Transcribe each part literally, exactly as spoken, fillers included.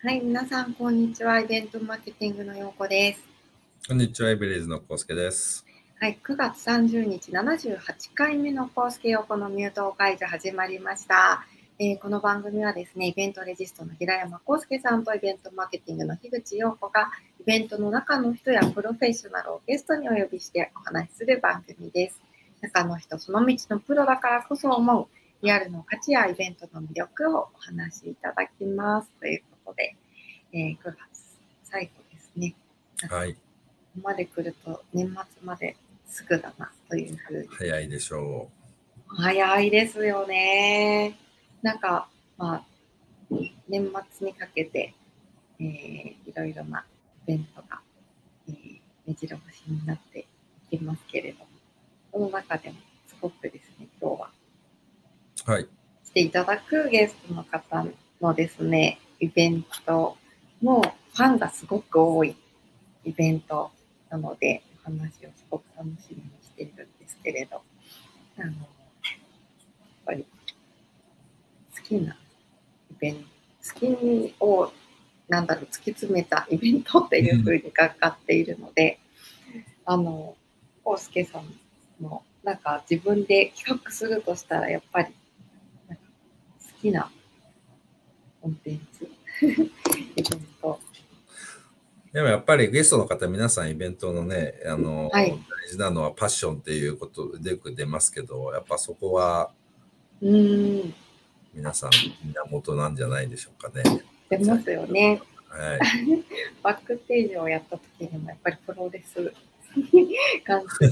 はい、皆さん、こんにちは。イベントマーケティングのようこです。 こんにちは、エブリーズのコウスケです。 はい、くがつさんじゅうにち、ななじゅうはちかいめのコウスケようこのミュート会議始まりました。えー、この番組はですね、イベントレジストの平山コウスケさんとイベントマーケティングの樋口陽子が、イベントの中の人やプロフェッショナルをゲストにお呼びしてお話しする番組です。中の人、その道のプロだからこそ思う、リアルの価値やイベントの魅力をお話しいただきます。ということで、えー、くがつ最後ですね。 はい。 ここまで来ると年末まですぐだなというふうに。 早いでしょう。早いですよね。なんか、まあ、年末にかけて、えー、いろいろなイベントが、えー、目白押しになっていきますけれども、その中でもすごくですね、今日は、 はい、 来ていただくゲストの方のですね、イベントのファンがすごく多いイベントなので、お話をすごく楽しみにしているんですけれど、あの、やっぱり好きなイベント、好きを、なんだろう、突き詰めたイベントっていう風にかかっているので、あの、コウスケさんも、なんか自分で企画するとしたら、やっぱり、なんか好きなコンテンツ、イベント。 でもやっぱりゲストの方、皆さんイベントのね、あの、 はい、 大事なのはパッションっていうことでよく出ますけど、やっぱそこはうーん、 皆さん源なんじゃないでしょうかね。 出ますよね。 はい。 バックステージをやった時にもやっぱりプロレス感じ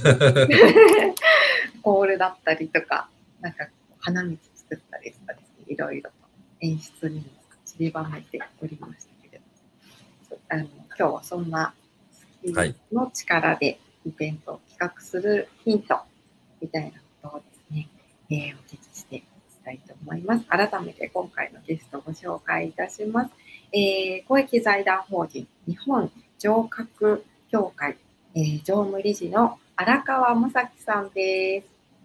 コールだったりとか、なんか花道作ったりとかですね、いろいろと演出に散りばめておりましたけれど、あの今日はそんな好きの力でイベントを企画するヒントみたいなことをですね、えー、お聞きしていきたいと思います。改めて今回のゲストをご紹介いたします。えー、公益財団法人日本城郭協会、えー、常務理事の荒川正樹さんです。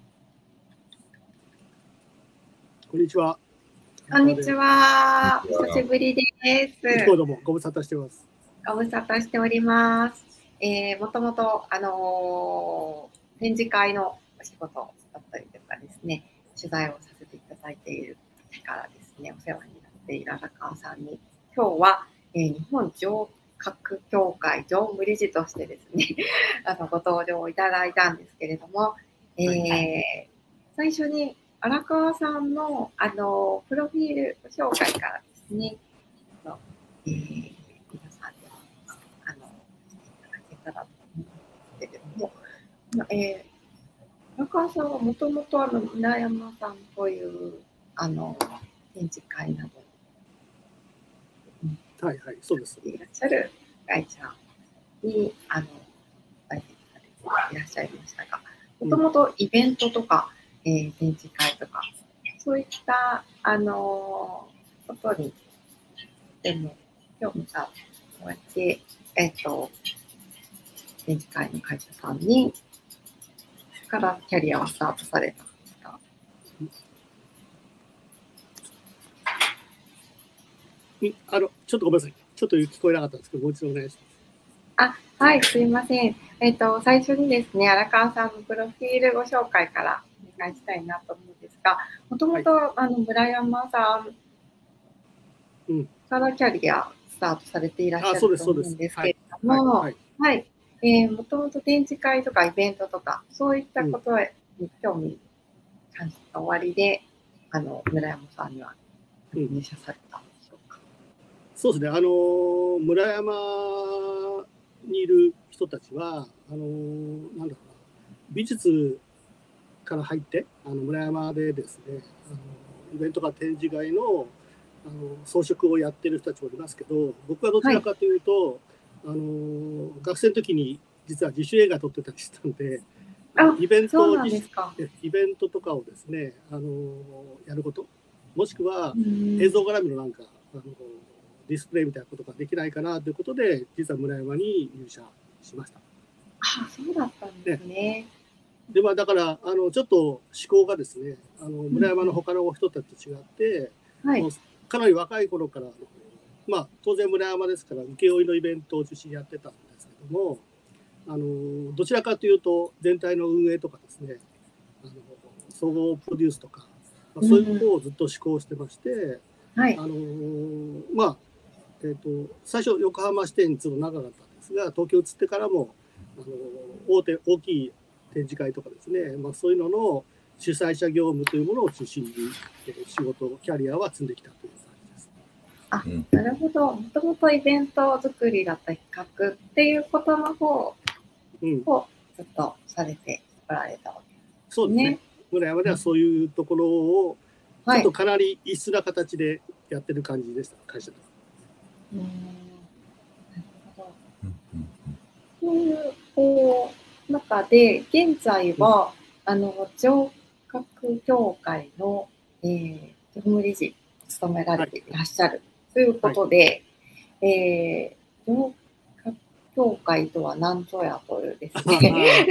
こんにちは。 こんにちは。お久しぶりです。 どうもご無沙汰してます。 ご無沙汰しております。えー、もともと、あのー、展示会のお仕事だったりとかですね、取材をさせていただいている時からですね、お世話になっている荒川さんに、今日は、えー、日本城郭協会常務理事としてですね、あのご登場いただいたんですけれども、えーはい、最初に荒川さんの、あのプロフィール紹介からですね、えー、皆さんであのしていただけたらと思うんですけれども、えー、荒川さんはもともとあの村山さんというあの展示会などはいはい、そうです。 いらっしゃる会社にあの来店されていらっしゃいましたが、もともとイベントとか、えー、展示会とかそういったあのことにでも興味がこうやってえっ、ー、と展示会の会社さんにからキャリアをスタートされたんですか？ あのちょっとごめんなさい、ちょっと聞こえなかったんですけど、もう一度お願いします。 あ、はい、すいません。えっと、最初にですね、荒川さんのプロフィールご紹介からお願いしたいなと思うんですが、もともとあの村山さんからキャリアスタートされていらっしゃると思うんですけれども、はい、えー、もともと展示会とかイベントとか、そういったことに興味感じた終わりで、あの村山さんには入社されたんでしょうか？ うん、そうですね、あの村山にいる人たちは、あのなんだろうな、美術から入って、あの村山でですね、あのイベントか展示会のあの装飾をやってる人たちもいますけど、僕はどちらかというと、はい、あの学生の時に実は自主映画撮ってたりしたんで、イベントイベントとかをですね、あのやること、もしくは映像絡みのなんかあのディスプレイみたいなことができないかなということで、実は村山に入社しました。 あ、そうだったんですね。ねでまあ、だからあのちょっと思考がですね、あの村山の他の人たちと違って、うん、はい、かなり若い頃からまあ、当然村山ですから請負のイベントを中心にやってたんですけども、あのどちらかというと全体の運営とかですね、あの総合プロデュースとか、まあ、そういうことをずっと施行してまして、うん、はい、あのまあえー、と最初横浜支店に長かったんですが、東京移ってからもあの 大, 手大きい展示会とかですね、まあ、そういうのの主催者業務というものを中心に、えー、仕事キャリアは積んできたという感じです。 あ、なるほど。もともとイベント作りだったり企画っていうことの方をずっとされてこられたわけですね。 そうですね。村山ではそういうところをちょっとかなり異質な形でやってる感じでした、会社では。 うん、なるほど。そういうこう中で現在は、うん、あの城郭協会の、えー、常務理事を務められていらっしゃる、はい、ということで、はい、えー、城郭協会とは何ぞやというですね。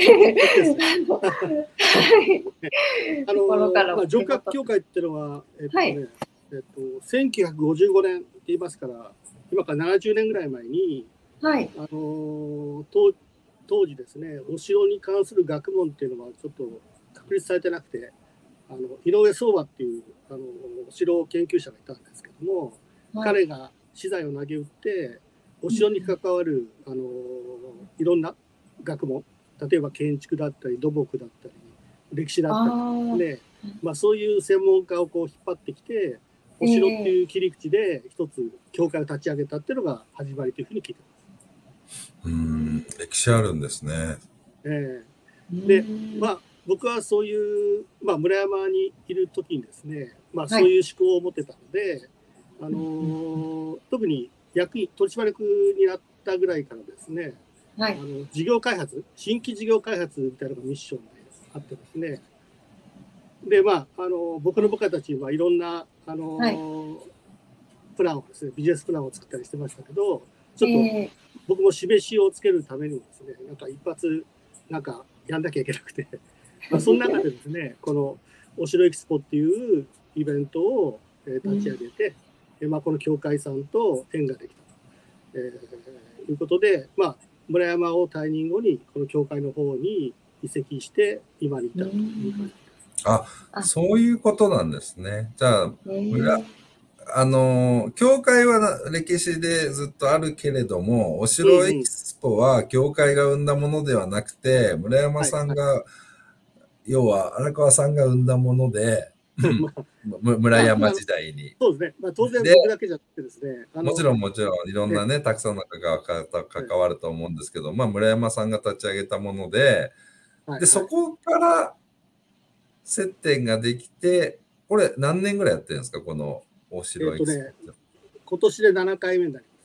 あの城郭協会っていうのは、えっとね、はい、えっと、せんきゅうひゃくごじゅうごねんって言いますから、今からななじゅうねんぐらい前に、はい、あの当当時ですね、お城に関する学問っていうのはちょっと確立されてなくて、あの井上相馬っていうあのお城研究者がいたんですけども、はい、彼が私財を投げ打ってお城に関わる、うん、あのいろんな学問、例えば建築だったり土木だったり歴史だったりね、まあ、そういう専門家をこう引っ張ってきて、お城っていう切り口で一つ協会を立ち上げたっていうのが始まりというふうに聞いてます。 うーん、歴史あるんですね。 えー、で、まあ僕はそういう、まあ、村山にいる時にですね、まあ、そういう思考を持ってたので、はい、あのー、特に役員取締役になったぐらいからですね、はい、あの事業開発、新規事業開発みたいなのがミッションであってですね、でまあ、あの僕の部下たちはいろんなあの、はい、プランをですね、ビジネスプランを作ったりしてましたけど、ちょっと僕も示しをつけるためにもですね、なんか一発なんかやんなきゃいけなくて、まあ、その中でですね、このお城エキスポっていうイベントを立ち上げて、うん、まあ、この協会さんと縁ができたと、えー、いうことで、まあ、村山を退任後にこの協会の方に移籍して今に至るという感じです。 あ、そういうことなんですね。じゃあ、村、あの、教会は歴史でずっとあるけれども、お城エキスポは教会が生んだものではなくて、村山さんが、はいはい、要は荒川さんが生んだもので、村山時代に。 そうですね。まあ、当然僕だけじゃなくてですね。 もちろんもちろんいろんなね、たくさんの方が関わると思うんですけど、まあ、村山さんが立ち上げたもので、で、そこから接点ができて、これ何年ぐらいやってるんですか、このお城エキスポって。 えっとね、今年でななかいめになります。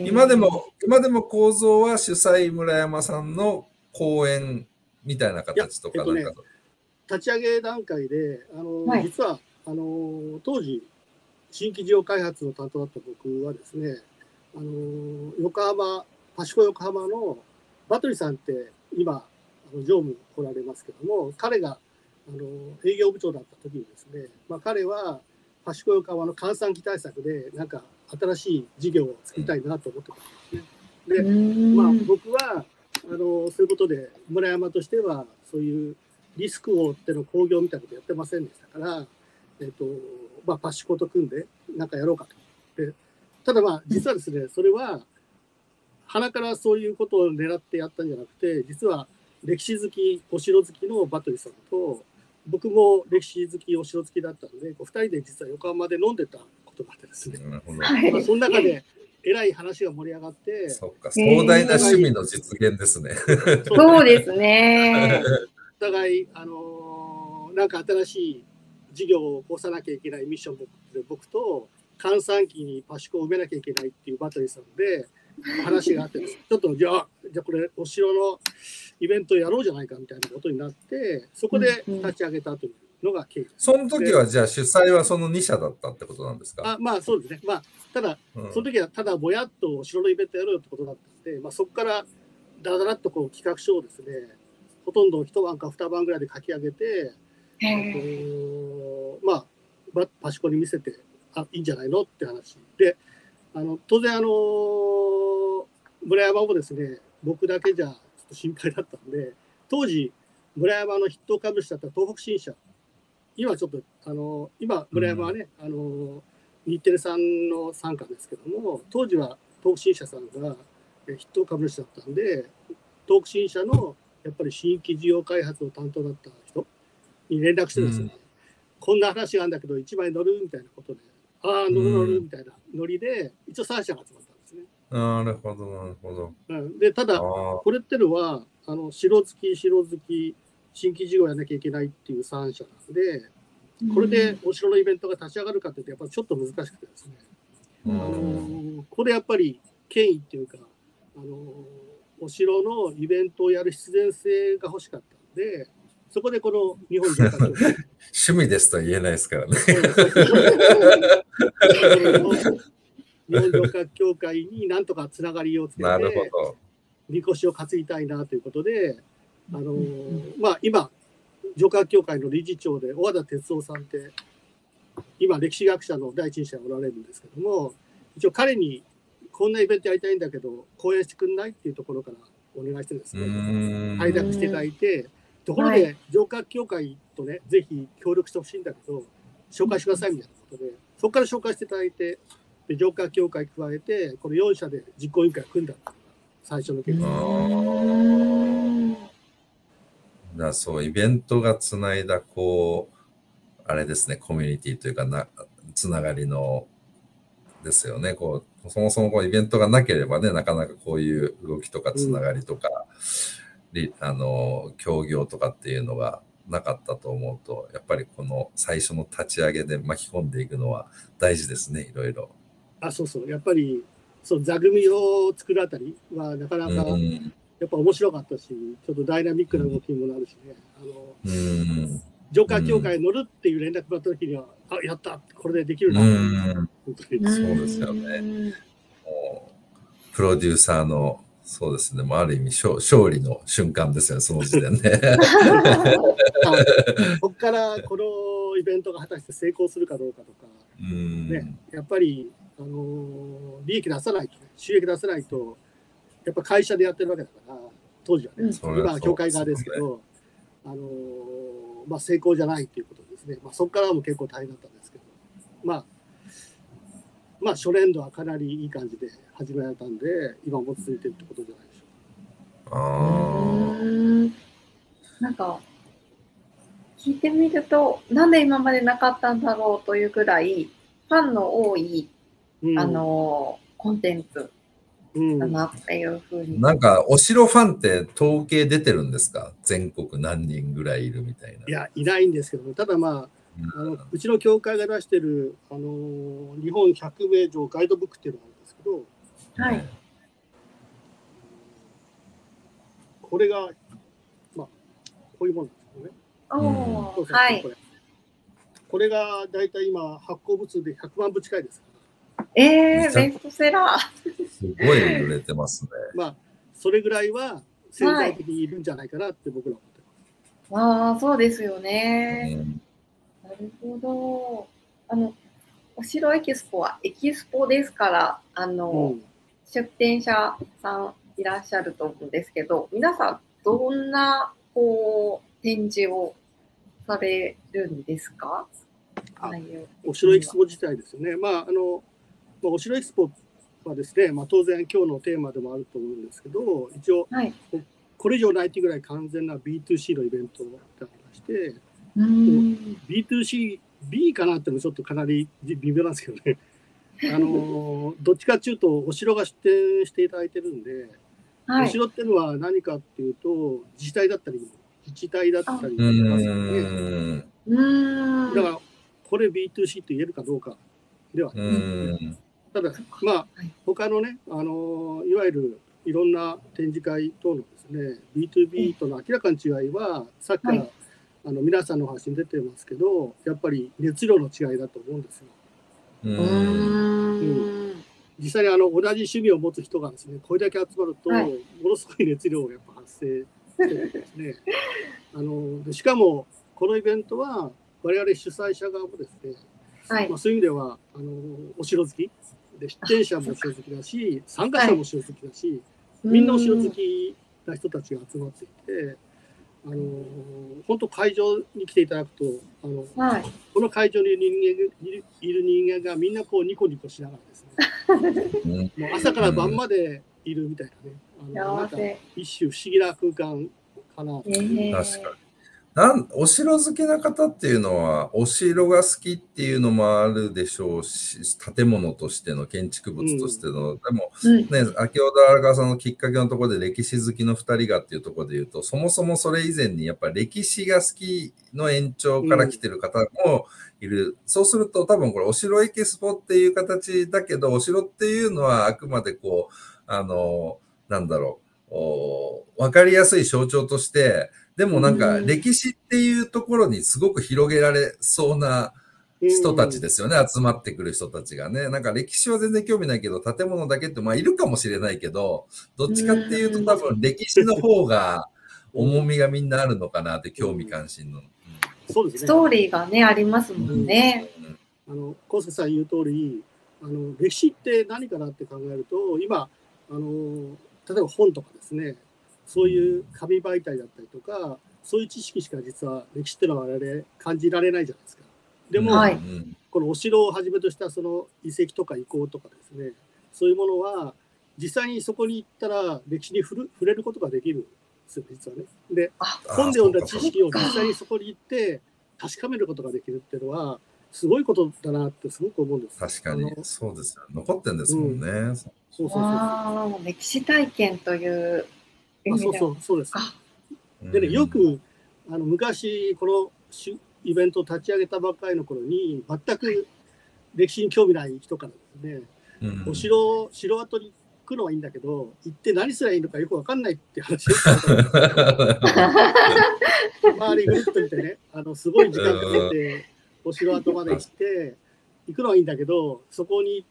今でも、今でも構造は主催村山さんの講演みたいな形とかなんか、えっとね、 立ち上げ段階で、あの、はい、実はあの当時新規事業開発の担当だった僕はですね、あの横浜パシコ横浜のバトリさんって今常務来られますけども、彼があの営業部長だった時にですね、まあ、彼はパシコ横浜の閑散期対策でなんか新しい事業を作りたいなと思ってたんですね。で、まあ、僕はあのそういうことで村山としてはそういうリスクを負っての興行みたいなことやってませんでしたから、えっとまあ、パシコと組んでなんかやろうかと。でただまあ実はですね、それは鼻からそういうことを狙ってやったんじゃなくて、実は歴史好きお城好きのバトリさんと僕も歴史好きお城好きだったので、こうふたりで実は横浜で飲んでたことがあってですね、まあ、その中でえらい話が盛り上がって、 そっか、壮大な趣味の実現ですね。 そうですね。 お互い、あのー、なんか新しい事業を起こさなきゃいけないミッションで僕と閑散期にパシコを埋めなきゃいけないっていうバトリさんで話があってです、ちょっとじゃあじゃあこれお城のイベントやろうじゃないかみたいなことになって、そこで立ち上げたというのが経緯です。 その時はじゃあ主催はそのに社だったってことなんですか？ あ、まあそうですね。まあただ、うん、その時はただぼやっとお城のイベントやろうってことだったんで、まあ、そこからだらだらっとこう企画書をですね、ほとんど一晩か二晩ぐらいで書き上げて、まあパシコに見せて、あ、いいんじゃないのって話で、 あの当然あの村山もですね、僕だけじゃちょっと心配だったんで、当時村山の筆頭株主だった東北新社、今ちょっとあの今村山はね、うん、あの日テレさんの傘下ですけども、当時は東北新社さんが筆頭株主だったんで、東北新社のやっぱり新規事業開発の担当だった人に連絡してですね、うん、こんな話があるんだけど一枚乗るみたいなことで、ああ乗る乗るみたいなノリで一応さん社が集まったんですね。 なるほどなるほど。 うん、でただこれってのはあの城好き城好き新規事業やらなきゃいけないっていうさん社なんで、これでお城のイベントが立ち上がるかっていうとやっぱりちょっと難しくてですね、うん、あのここでやっぱり権威っていうか、あのお城のイベントをやる必然性が欲しかったんで、そこでこの日本城郭協会趣味ですとは言えないですからね。 日本城郭協会になんとかつながりをつけてみこしを担ぎたいなということで、あのまあ今城郭協会の理事長で小和田哲夫さんって今歴史学者の第一人者がおられるんですけども、一応彼にこんなイベントやりたいんだけど講演してくんないっていうところからお願いしてですね、快諾していただいて、ところで城郭協会とねぜひ協力してほしいんだけど紹介してくださいみたいなことで、そこから紹介していただいて、で城郭協会加えてこのよん社で実行委員会を組んだ最初の結果。 だそうイベントがつないだこうあれですね、コミュニティというかなつながりのですよね。こうそもそもこうイベントがなければね、なかなかこういう動きとかつながりとか、うん、あの協業とかっていうのがなかったと思うと、やっぱりこの最初の立ち上げで巻き込んでいくのは大事ですね、いろいろ。 あ、そうそう、やっぱりそう座組を作るあたりはなかなか、うん、やっぱ面白かったし、ちょっとダイナミックな動きにもなるしね。あの、うん城郭協会に乗るっていう連絡があった時には、うん、あ、やった、これでできるな、うん、 そうですよね。プロデューサーのそうですね、もうある意味勝、勝利の瞬間ですよね、その時点で。 ここからこのイベントが果たして成功するかどうかとか、うんね、やっぱり、あのー、利益出さないと、ね、収益出さないと、やっぱ会社でやってるわけだから、当時はね、うん、今は協会側ですけど、あのーまあ、成功じゃないということですね。まあ、そこからも結構大変だったんですけど、まあ、まあ、初年度はかなりいい感じで始められたんで、今も続いてるってことじゃないでしょうか。 あーなんか、聞いてみると、なんで今までなかったんだろうというくらい、ファンの多い、うん、あのコンテンツだなっていうふうに、 うん。なんか、お城ファンって統計出てるんですか？全国何人ぐらいいるみたいな。 いや、いないんですけど、ただまあ、あのうちの協会が出してる、あの日本ひゃく名城ガイドブックっていうのがあるんですけど、 はい、 これが、まあ、こういうものなんですよね。 おー、そうそう、はい、 これ。これがだいたい今、発行部数でひゃくまんぶ近いですから。 えー、ベストセラー。 すごい売れてますね。 まあ、それぐらいは潜在的にいるんじゃないかなって僕らは思ってます。はい、ああ、そうですよね。うんなるほど。あの、お城エキスポはエキスポですから、あの、うん、出展者さんいらっしゃると思うんですけど、皆さんどんなこう展示をされるんですか？ お城エキスポ自体ですよね。まああの、まあ、お城エキスポはですね、まあ、当然今日のテーマでもあると思うんですけど、一応、はい、これ以上ないっていうぐらい完全な ビーツーシー のイベントがありまして。うん ビーツーシー、B かなってもちょっとかなり微妙なんですけどね。あのどっちかっていうとお城が出店していただいてるんで、はい、お城っていうのは何かっていうと自治体だったり自治体だったりしますよね。うんだからこれ ビーツーシー と言えるかどうかではないですね。ただまあ他のね、あのいわゆるいろんな展示会等のですね ビーツービー との明らかな違いはさっきから、はいあの皆さんの話に出てますけど、やっぱり熱量の違いだと思うんですよ。うんうん、実際にあの同じ趣味を持つ人がですね、これだけ集まると、はい、ものすごい熱量がやっぱ発生してるんですね。あのでしかもこのイベントは我々主催者側もですね、はいまあ、そういう意味ではあのお城好きで出演者もお城好きだし、参加者もお城好きだし、みんなお城好きな人たちが集まっていて、あの本当会場に来ていただくと、あの、はい、この会場に人間いるいる人間がみんなこうニコニコしながらですね、もう朝から晩までいるみたいなね、あのなんか一種不思議な空間かな。 えー、確かに。なんお城好きな方っていうのは、お城が好きっていうのもあるでしょうし、建物としての建築物としての、うん、でもね、先ほど荒川さんのきっかけのところで歴史好きのふたりがっていうところで言うと、そもそもそれ以前にやっぱり歴史が好きの延長から来てる方もいる。うん、そうすると多分これお城エキスポっていう形だけど、お城っていうのはあくまでこう、あの、なんだろう、わかりやすい象徴として、でもなんか歴史っていうところにすごく広げられそうな人たちですよね、集まってくる人たちがね。なんか歴史は全然興味ないけど、建物だけってまあいるかもしれないけど、どっちかっていうと多分歴史の方が重みがみんなあるのかなって興味関心の。うん、 そうですね。ストーリーがね、ありますもんね。 うん、あの、コウスケさん言う通り、あの、歴史って何かなって考えると、今、あの、例えば本とかですね、そういう紙媒体だったりとか、そういう知識しか実は歴史っていうのは我々感じられないじゃないですか。でも、はい、このお城をはじめとしたその遺跡とか遺構とかですね、そういうものは実際にそこに行ったら歴史に触れることができるんですよ、実はね。で、本で読んだ知識を実際にそこに行って確かめることができるっていうのは、すごいことだなってすごく思うんです。 確かに、そうですよ。残ってんですもんね。うん、そうそうそうそう。歴史体験というあそうそう、そうです。でね、よく、あの、昔、このイベントを立ち上げたばっかりの頃に、全く歴史に興味ない人からですね、うん、お城、城跡に行くのはいいんだけど、行って何すればいいのかよくわかんないって話をしてた周りぐるっと見てね、あの、すごい時間かけて、お城跡まで行って、行くのはいいんだけど、そこに行って、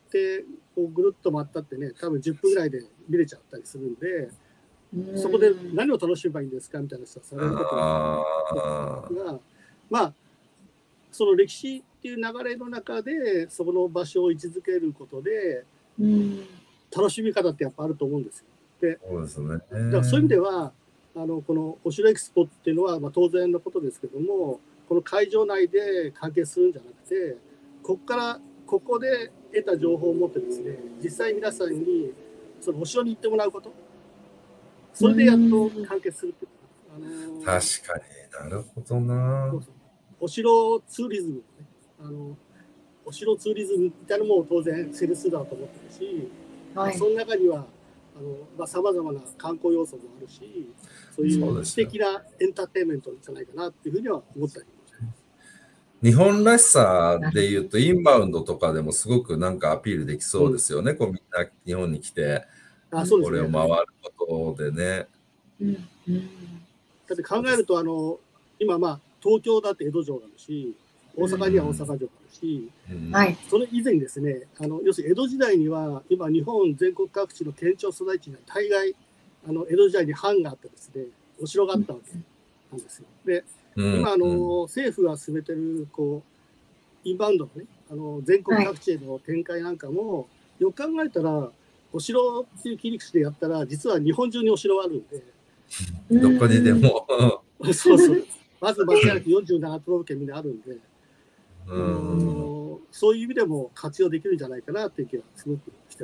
こうぐるっと回ったってね、多分じゅっぷんぐらいで見れちゃったりするんで、そこで何を楽しめばいいんですかみたいな人はされることが、まあ、その歴史っていう流れの中で、そこの場所を位置づけることで、楽しみ方ってやっぱあると思うんですよ。で、 そうですね。だからそういう意味では、あのこのお城エキスポっていうのは、まあ、当然のことですけども、この会場内で完結するんじゃなくて、ここからここで得た情報を持ってですね、実際皆さんにそのお城に行ってもらうこと。それでやっと完結するっていうか、あのー、 確かになるほどな。 そうそうお城ツーリズム、ね、あのお城ツーリズムみたいなのも当然セルスだと思ってるし、はい、その中にはさまざ、まな観光要素もあるし、そういう素敵なエンターテインメントじゃないかなっていうふうには思ったりもします。 日本らしさでいうと、インバウンドとかでもすごくなんかアピールできそうですよね、うん、こうみんな日本に来て。 あそうですね、 これを回ることでね。 うんうん、だって考えると、あの今、まあ、東京だって江戸城があるし、大阪には大阪城があるし、 うんはい、 それ以前にですね、あの要するに江戸時代には、今、日本全国各地の県庁所在地には大概、あの江戸時代に藩があってですね、お城があったわけなんですよ。で、今、あの政府が進めてるこうインバウンドのね、あの全国各地への展開なんかも、はい、よく考えたら、お城っていう切り口でやったら、実は日本中にお城があるんで。 どこにでも。 そうそう。まず間違いなくよんじゅうなな都道府県みんなあるんで、うんそういう意味でも活用できるんじゃないかなっていう気がすごくしてます。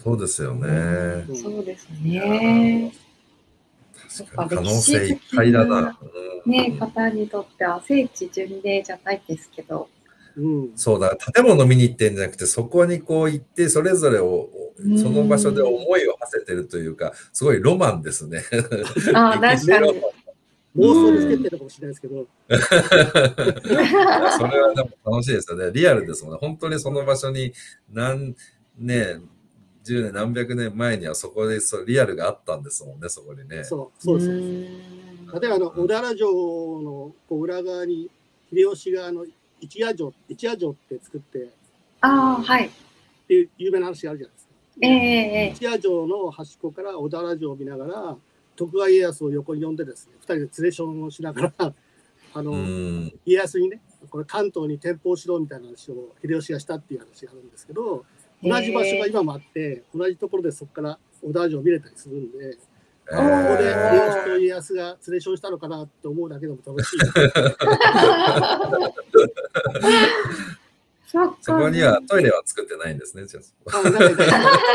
そうですよね。 うん、そうですね。 確かに可能性いっぱいだな。 ね、方にとっては聖地巡礼じゃないですけど。 うん、 そうだ、建物見に行ってんじゃなくて、そこにこう行って、それぞれを、その場所で思いを馳せてるというか、すごいロマンですね。 ああ、確かに。 妄想でつけてるかもしれないですけど。 それはでも楽しいですよね。リアルですもんね。本当にその場所に何ね、じゅうねん、何百年前にはそこでそリアルがあったんですもんね、そこにね。 そう、そうです。例えばあの小田原城のこう裏側に秀吉があの一夜城、一夜城って作って、 ああ、はい。 っていう有名な話があるじゃないですか。 ええ一夜城の端っこから小田原城を見ながら、徳川家康を横に呼んでですね、二人で連れションをしながら、あの、家康にね、これ関東に天保しろみたいな話を秀吉がしたっていう話があるんですけど、 同じ場所が今もあって、同じところでそこから小田城を見れたりするんで、 えここでー秀吉と家康が連れションしたのかなって思うだけでも楽しい。 そっか。 そこにはトイレは作ってないんですね、じゃあ。 あ、なんか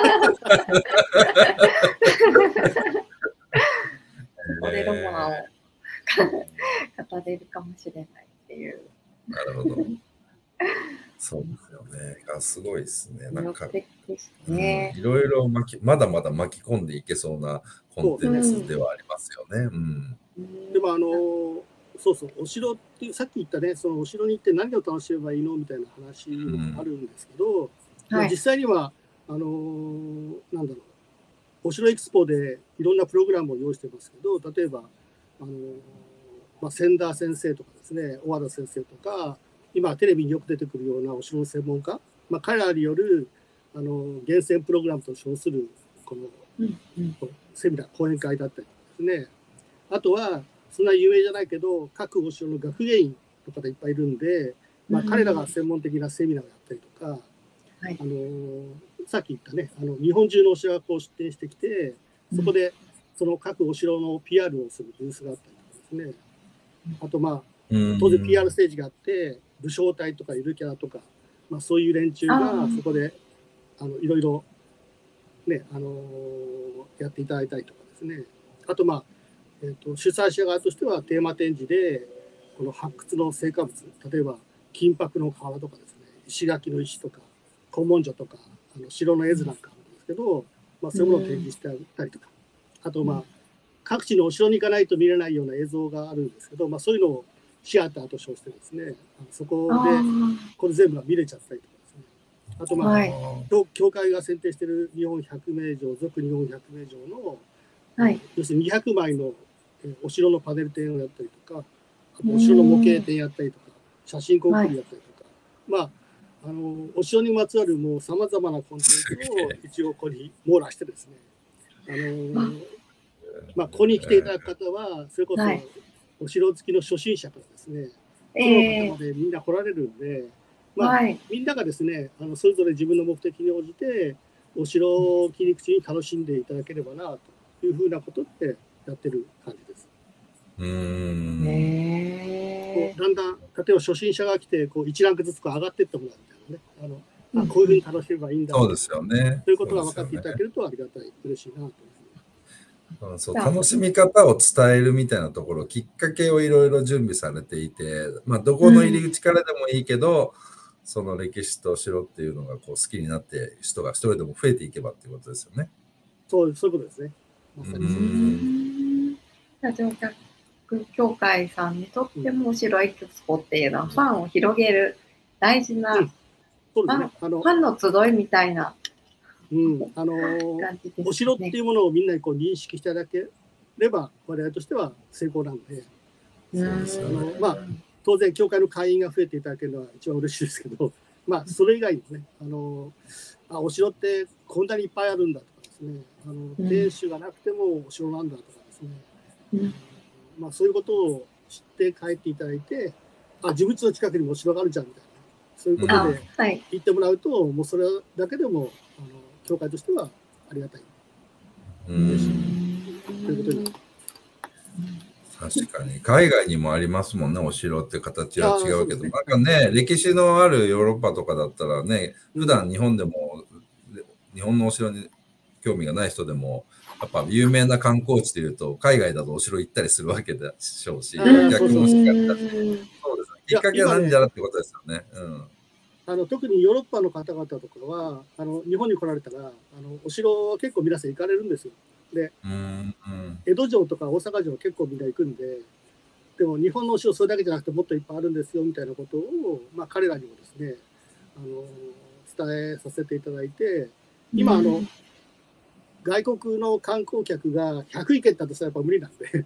これロマンを語れるかもしれないっていう。 なるほど。そうですよね。あ、すごいですね。なんか、 魅力的ですうんね。 いろいろ巻き、まだまだ巻き込んでいけそうなコンテンツではありますよね。うん。 でもあのそうそう、お城っていう、さっき言ったね、そのお城に行って何を楽しめばいいのみたいな話もあるんですけど、まあはい実際にはあのーなんだろう、お城エキスポでいろんなプログラムを用意してますけど、例えば、あのーまあ、千田先生とかですね、小和田先生とか、今テレビによく出てくるようなお城の専門家、まあ、彼らによる、あのー厳選プログラムと称するこのうんうんセミナー、講演会だったりですね、あとはそんな有名じゃないけど、各お城の学芸員の方いっぱいいるんで、まあ、彼らが専門的なセミナーをやったりとか、 はいあのさっき言ったね、あの日本中のお城がこう出展してきて、そこでその各お城の ピーアール をするブースがあったりとかですね、あとまあうん当然 ピーアール ステージがあって、武将隊とかゆるキャラとか、まあ、そういう連中がそこであのいろいろ、ね、あのやっていただいたりとかですね、あとまあえー、と主催者側としてはテーマ展示でこの発掘の成果物、例えば金箔の瓦とかですね、石垣の石とか古文書とかあの城の絵図なんかあるんですけど、まあ、そういうものを展示してあったりとか、あとまあ各地のお城に行かないと見れないような映像があるんですけど、まあ、そういうのをシアターと称してですね、あのそこでこれ全部が見れちゃったりとかですね、あとまあ、 はい教教会が選定している日本百名城、続日本百名城の、 はい要するににひゃくまいのお城のパネル展をやったりとか、あとお城の模型展やったりとか、写真コンクールやったりとか、まあ、あのお城にまつわるもうさまざまなコンテンツを一応ここに網羅してですね、あのまあ、ここに来ていただく方は、それこそはいお城好きの初心者からですね、プロえの方までみんな来られるんで、 ーまあはいみんながですね、あのそれぞれ自分の目的に応じて、お城を切り口に楽しんでいただければなというふうなことでやってる感じです。 うーん。 こえうだんだん、例えば初心者が来て、こういちランクずつこう上がっていってもらうみたいなね、あのあこういうふうに楽しめばいいんだそうですよね。 ということが分かっていただけるとありがたい、嬉しいなと思います。 うんそう楽しみ方を伝えるみたいなところ、きっかけをいろいろ準備されていて、まあ、どこの入り口からでもいいけど、その歴史と城っていうのがこう好きになって人が一人でも増えていけばっていうことですよね。 そうそういうことですね。まさにそうです。 ー乗客協会さんにとってもお城エキスポっていうのはファンを広げる大事な、 うんそうファンですね。あのファンの集いみたいなうん、あのー感じですね。 お城っていうものをみんなにこう認識していただければ、我々としては成功なので、 そうですよねあのまあ、当然、教会の会員が増えていただけるのは一番嬉しいですけど、まあ、それ以外にもね、あのあお城ってこんなにいっぱいあるんだとかですね、あのうん天守がなくてもお城なんだとかですね、 うんまあ、そういうことを知って帰っていただいて、あ自分家の近くにもお城があるじゃんみたいな、そういうこあとではい言ってもらうと、もうそれだけでもあの教会としてはありがたい。 うんということに確かに海外にもありますもんね、お城って形は違うけど、 あーそうですねなんかね、歴史のあるヨーロッパとかだったらね、普段日本でも、日本のお城に興味がない人でも、やっぱ有名な観光地でいうと、海外だとお城行ったりするわけでしょうし、 うん逆もしかしたら、 うんそうですね。きっかけは何じゃらってことですよね。うんあの特にヨーロッパの方々とかはあの日本に来られたらあのお城は結構皆さん行かれるんですよ。でうんうん江戸城とか大阪城は結構みんな行くんで、でも日本のお城それだけじゃなくてもっといっぱいあるんですよみたいなことを、まあ、彼らにもですねあの伝えさせていただいて、今あの、外国の観光客がひゃく行けたとしたらやっぱ無理なんで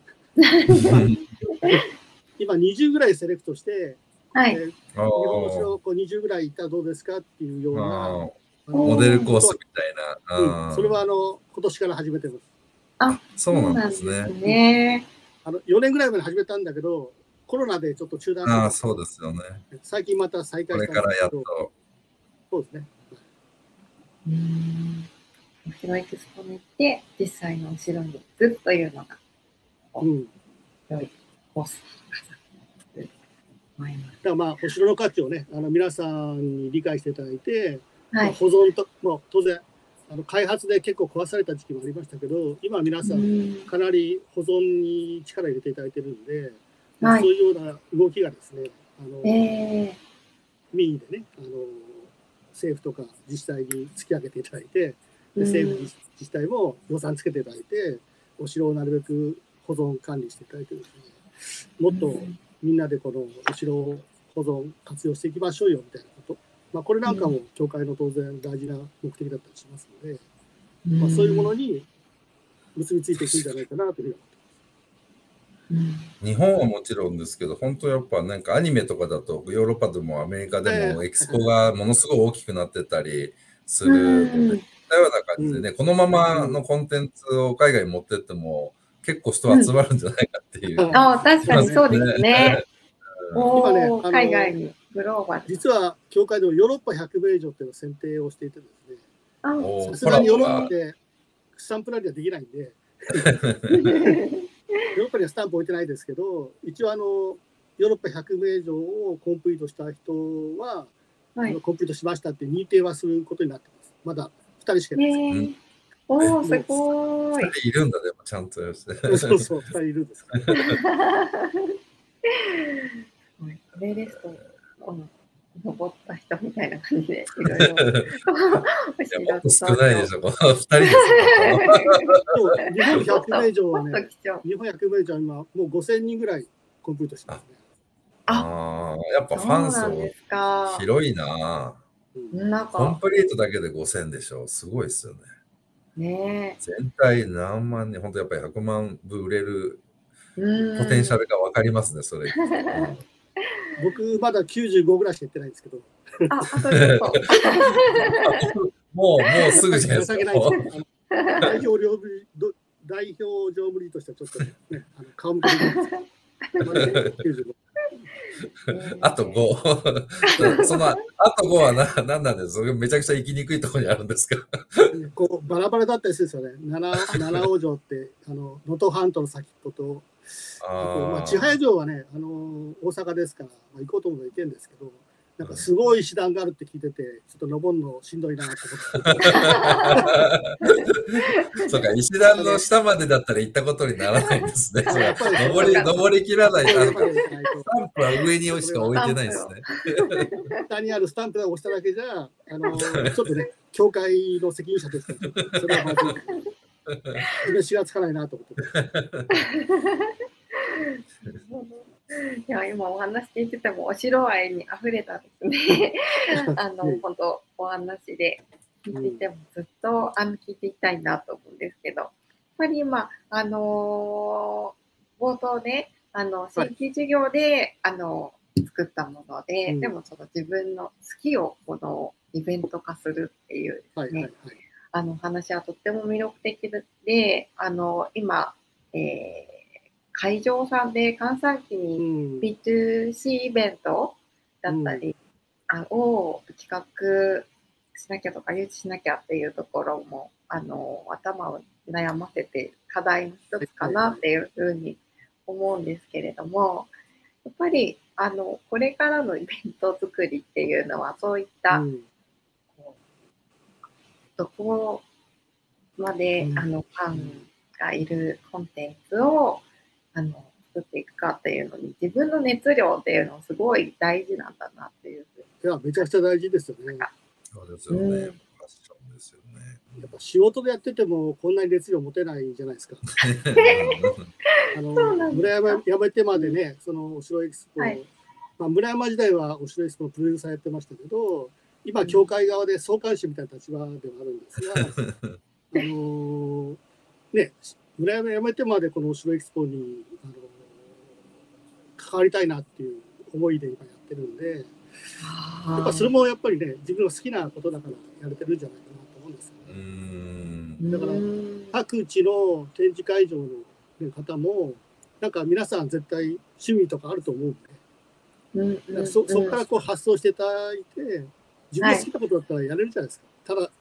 今にじゅうぐらいセレクトして、 はいえー日本のお城こうにじゅうぐらい行ったらどうですかっていうようなあーあのモデルコースみたいな。 うん、それはあの今年から始めてます。 あそうなんですそうなんね。 ね。 あのよねんぐらいまで始めたんだけど、コロナでちょっと中断ああ、 してそうですよね。 最近また再開したんこれからですけど、 やっと。 そうですね。 うん。お城エキスポに行って、実際のお城に行くというのが、 うん、 良いコースだと思います。 だからまあお城の価値をね、あの皆さんに理解していただいて、 はい、 まあ、保存ともう当然あの開発で結構壊された時期もありましたけど、今皆さんかなり保存に力入れていただいてるんで、まあ、そういうような動きがですね、あの、えー、民意でね、あの政府とか自治体に突き上げていただいて、で政府自治体も予算つけていただいて、お城をなるべく保存管理していただいてですね、もっとみんなでこのお城を保存活用していきましょうよみたいなこと、まあ、これなんかも教会の当然大事な目的だったりしますので、まあ、そういうものに結びついていくんじゃないかなというふうに思ってます。 日本はもちろんですけど、本当やっぱなんかアニメとかだとヨーロッパでもアメリカでもエキスポがものすごい大きくなってたりするので、似たような感じでね、このままのコンテンツを海外に持ってっても結構人集まるんじゃないかっていう。 うん、ああ、確かにそうですね。今ね、海外にグローバル。 実は教会でもヨーロッパひゃくめい以上っていうのを選定をしていてですね、さすがにヨーロッパでスタンプラリーはできないんで、ヨーロッパにはスタンプ置いてないですけど、一応あのヨーロッパひゃくめい以上をコンプリートした人は、はい、コンプリートしましたって認定はすることになってます。まだふたりしかいないです。 おお、すごい。 ふたりいるんだ、でもちゃんと。 そうそう、ふたりいるんですから。 これですと、登った人みたいな感じで、いろいろ。 もっと少ないでしょ、このふたりですよ。日本ひゃくめい以上はね、日本ひゃくめい以上は今、もうごせんにんぐらいコンプリートしてますね。 ああ、やっぱファン層広いな。コンプリートだけでごせんでしょ、すごいですよね。 ね、 全体何万人、本当やっぱりひゃくまんぶ売れるポテンシャルが分かりますね、それ。 僕、まだきゅうじゅうごぐらいしか言ってないんですけど。 あ、あとちょっと。 もう、もうすぐじゃないですか。 代表料理、代表常務理としてはちょっとね、あの顔向けできます。きゅうじゅうご。 あとご。その、あとごはな、なんなんですか？めちゃくちゃ行きにくいところにあるんですか？ こう、バラバラだったりするんですよね。七、七尾城って、あの、能登半島の先っぽと、あと、まあ、千早城はね、あの、大阪ですから、まあ、行こうと思うと行けるんですけど、なんかすごい石段があるって聞いてて、ちょっと登るのしんどいなって思って。 そうか、石段の下までだったら行ったことにならないんですね。登り、登りきらないと。スタンプは上にしか置いてないですね。 下にあるスタンプを押しただけじゃ、あの、ちょっとね、教会の責任者として、それはまずい。自分、しがつかないなと思って。 いや、今お話聞いててもお城愛にあふれたですね。あの、本当お話で聞いててもずっとあの聞いていきたいなと思うんですけど、やっぱり今、あのー、冒頭で、あの、新規事業で、はい、あの、作ったもので、うん、でもその自分の好きをこのイベント化するっていうですね、はいはいはい、あの話はとっても魅力的で、あの、今、えー会場さんで閑散期に ビーツーシー イベントだったり、うん、を企画しなきゃとか誘致しなきゃっていうところもあの頭を悩ませて課題の一つかなっていうふうに思うんですけれども、やっぱりあのこれからのイベント作りっていうのはそういった、うん、こうどこまで、うん、あのファンがいるコンテンツをあの作っていくかっていうのに自分の熱量っていうのはすごい大事なんだなっていうふうに。 いや、めちゃくちゃ大事ですよね。 そうですよね。うん、ファッションですよね。 やっぱ仕事でやっててもこんなに熱量持てないじゃないですか。あの村山やめてまでね、そのお城エキスポ、はい、まあ、村山時代はお城エキスポのプロデューサーやってましたけど、今教会側で総監修みたいな立場ではあるんですが、あのー、ね。村山やめてまでこのお城エキスポにあの関わりたいなっていう思いで今やってるんで、やっぱそれもやっぱりね、自分の好きなことだからやれてるんじゃないかなと思うんですよね。うんだから各地の展示会場の方もなんか皆さん絶対趣味とかあると思うんで、うん、そこからこう発想していただいて、自分の好きなことだったらやれるじゃないですか。ただ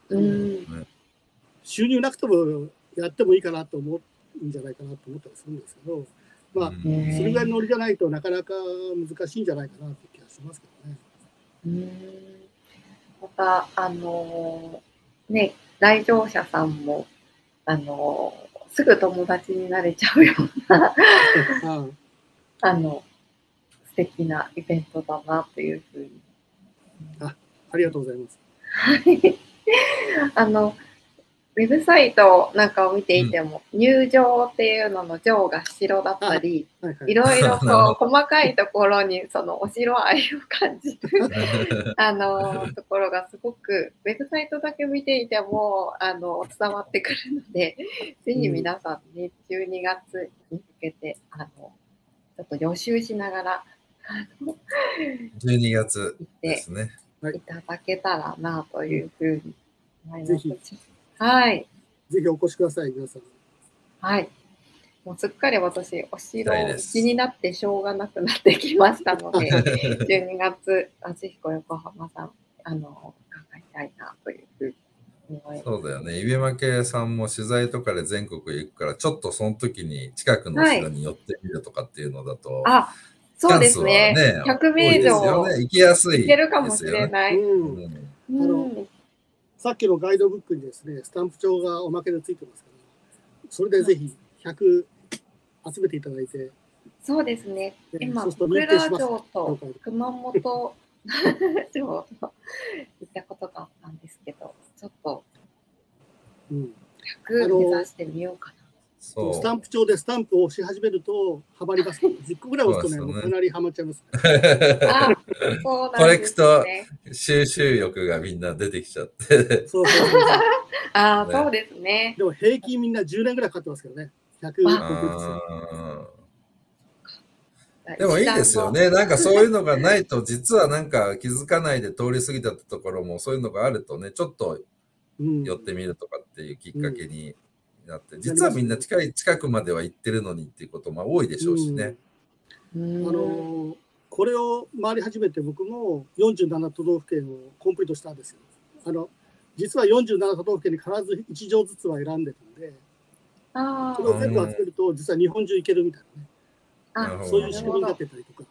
うん収入なくてもやってもいいかなと思うんじゃないかなと思ったりするんですけど、まあ、それぐらいのノリじゃないとなかなか難しいんじゃないかなって気がしますけどね。 うんまた、あのーね、来場者さんも、あのーすぐ友達になれちゃうようなあの素敵なイベントだなというふうに。 あ、ありがとうございます。 あのウェブサイトなんかを見ていても、うん、入場っていうのの場が城だったり、はいはい、いろいろこう細かいところにそのお城愛を感じるあのところがすごくウェブサイトだけ見ていてもあの伝わってくるので、ぜひ皆さんね、じゅうにがつに向けてあのちょっと予習しながらじゅうにがつですね。 いただけたらなというふうに思います。 ぜひはい。 ぜひお越しください、皆さん。 はい。もうすっかり私、お城気になってしょうがなくなってきましたので、じゅうにがつ、ぜひ横浜さん、あの、伺いたいなというふうに思います。 そうだよね。イベマケさんも取材とかで全国行くから、ちょっとその時に近くの城に寄ってみるとかっていうのだと、 はい、あ、そうですね。 ねひゃくめい以上、 ね、行きやすい、ね。 行けるかもしれない。 うんうん、あのさっきのガイドブックにですね、スタンプ帳がおまけでついてますから、それでぜひひゃく集めていただいて。 そうですね。今、小倉城と熊本城と行ったことがあったんですけど、ちょっとひゃく目指してみようかな。 そうスタンプ帳でスタンプをし始めるとハマります。じゅっこぐらい押すとね、ねかなりハマっちゃいます、ね。 あ、そうなんですね。 コレクト収集欲がみんな出てきちゃって。 そうそうそうそうあ、ね、そうですね。 でも平均みんなじゅうねんぐらいかかってますけどね。ひゃくでもいいですよね。なんかそういうのがないと、実はなんか気づかないで通り過ぎたところもそういうのがあるとね、ちょっと寄ってみるとかっていうきっかけになって、うん、実はみんな近い近くまでは行ってるのにっていうことも多いでしょうしね。 うん、あのこれを回り始めて僕もよんじゅうなな都道府県をコンプリートしたんですよ。あの実はよんじゅうなな都道府県に必ずいち城ずつは選んでるんで、 あそれを全部集めると実は日本中行けるみたいなね。あ、そういう仕組みになってたりとか。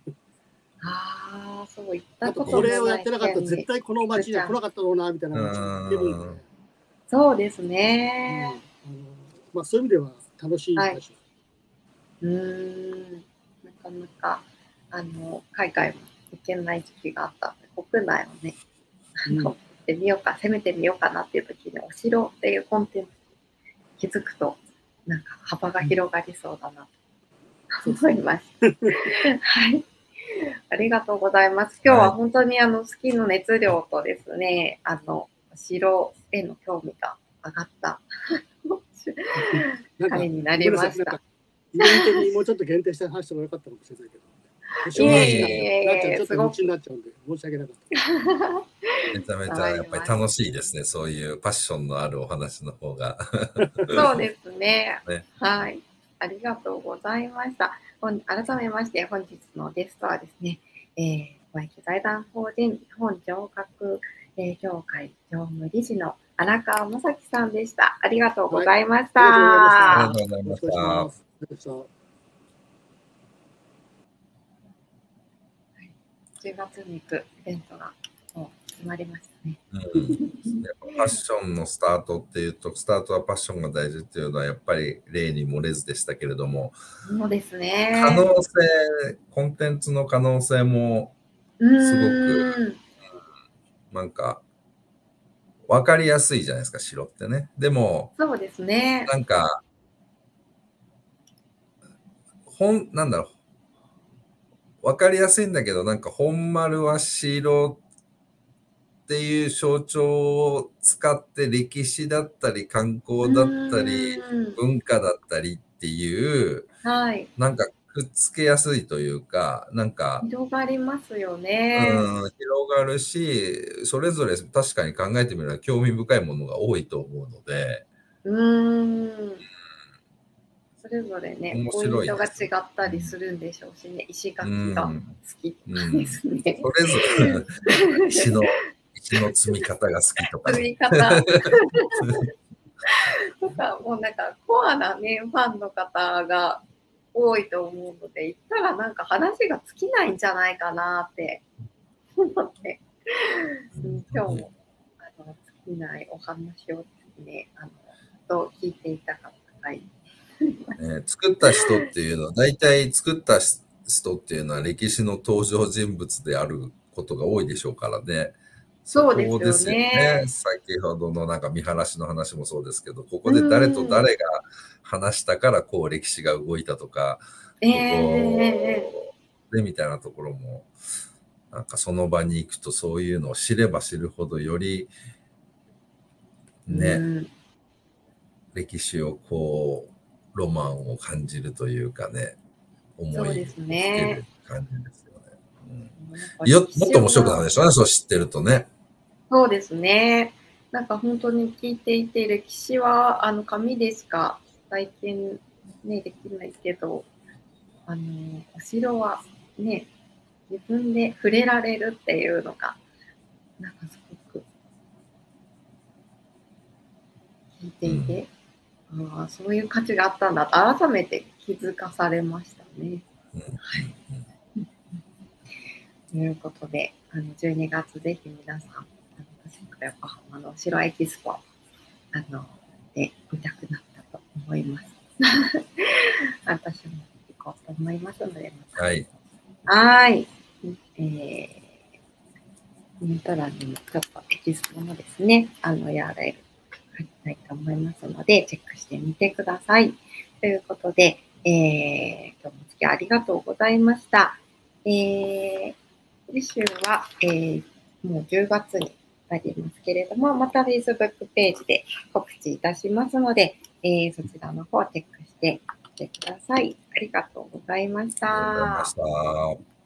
ああ、そういったことこれをやってなかったら絶対この町には来なかったろうなみたいな街に行けるんで。 そうですね。 うん、あのまあそういう意味では楽しい場所。はい、 うん、なかなかあの海外も行けない時期があったので、国内をね、あの、うん、行ってみようか、攻めてみようかなっていう時にお城っていうコンテンツ気づくとなんか幅が広がりそうだなと。思います。はい。ありがとうございます。今日は本当にあのスキーの熱量とですね、あの城への興味が上がった回になりました。 イベントにもうちょっと限定して話してもよかったかもしれないけど。 いえいえ、 ちょっと道になっちゃうんで申し訳なかった。 めちゃめちゃやっぱり楽しいですね。そういうパッションのあるお話の方が。 そうですね。ね、はい。ありがとうございました。改めまして本日のゲストはですね、えー、公益財団法人日本城郭協会常務理事の荒川正樹さんでした。ありがとうございました。 はい、ありがとうございました。 じゅうがつに行くイベントがもう決まりましたね。 うん、やっぱパッションのスタートっていうと、スタートはパッションが大事っていうのはやっぱり例に漏れずでしたけれども、 そうですね。 可能性、コンテンツの可能性もすごくなんか分かりやすいじゃないですか、城ってね。でも、 そうですね。 なんか本なんだろう。分かりやすいんだけど、なんか本丸は城っていう象徴を使って歴史だったり観光だったり文化だったりっていう、 はい、 なんかくっつけやすいというか、なんか広がりますよね。 うん、広がるし、それぞれ確かに考えてみれば興味深いものが多いと思うので、 うーん。それぞれね、ポイントが違ったりするんでしょうしね、石垣が好きとかですね。 それぞれ石の石の積み方が好きとか、 積ね。 み方。とか、もうなんかコアなね、ファンの方が多いと思うので、行ったらなんか話が尽きないんじゃないかなって思って、うん、今日もあの尽きないお話をですね、あのと聞いていたかった回。 ね、作った人っていうのは、大体作った人っていうのは歴史の登場人物であることが多いでしょうからね。 そうですよね。 先ほどのなんか見晴らしの話もそうですけど、ここで誰と誰が話したからこう歴史が動いたとか、ここでみたいなところも、なんかその場に行くとそういうのを知れば知るほどよりね、歴史をこう、ロマンを感じるというかね、思いをつける感じですよね。うん、よもっと面白くなるでしょうね、そう知ってるとね。 そうですね。なんか本当に聞いていて、歴史はあの紙でしか体験、ね、できないけど、あのお城はね、自分で触れられるっていうのが、なんかすごく聞いていて、うん、ああ、そういう価値があったんだと改めて気づかされましたね。 うん、 はい。ということで、あのじゅうにがつぜひ皆さん、横浜のお城エキスポ、あので見たくなったと思います。私も行こうと思いますので、また。 はい。 はい。えー、コメント欄にもちょっとエキスポのですね、あの ユーアールエル 貼りたいと思いますので、チェックしてみてください。ということで、えー、今日もお付き合いありがとうございました。えー、次週は、えー、もうじゅうがつになりますけれども、また Facebook ページで告知いたしますので、えー、そちらの方をチェックしてみてください。ありがとうございました。 ありがとうございました。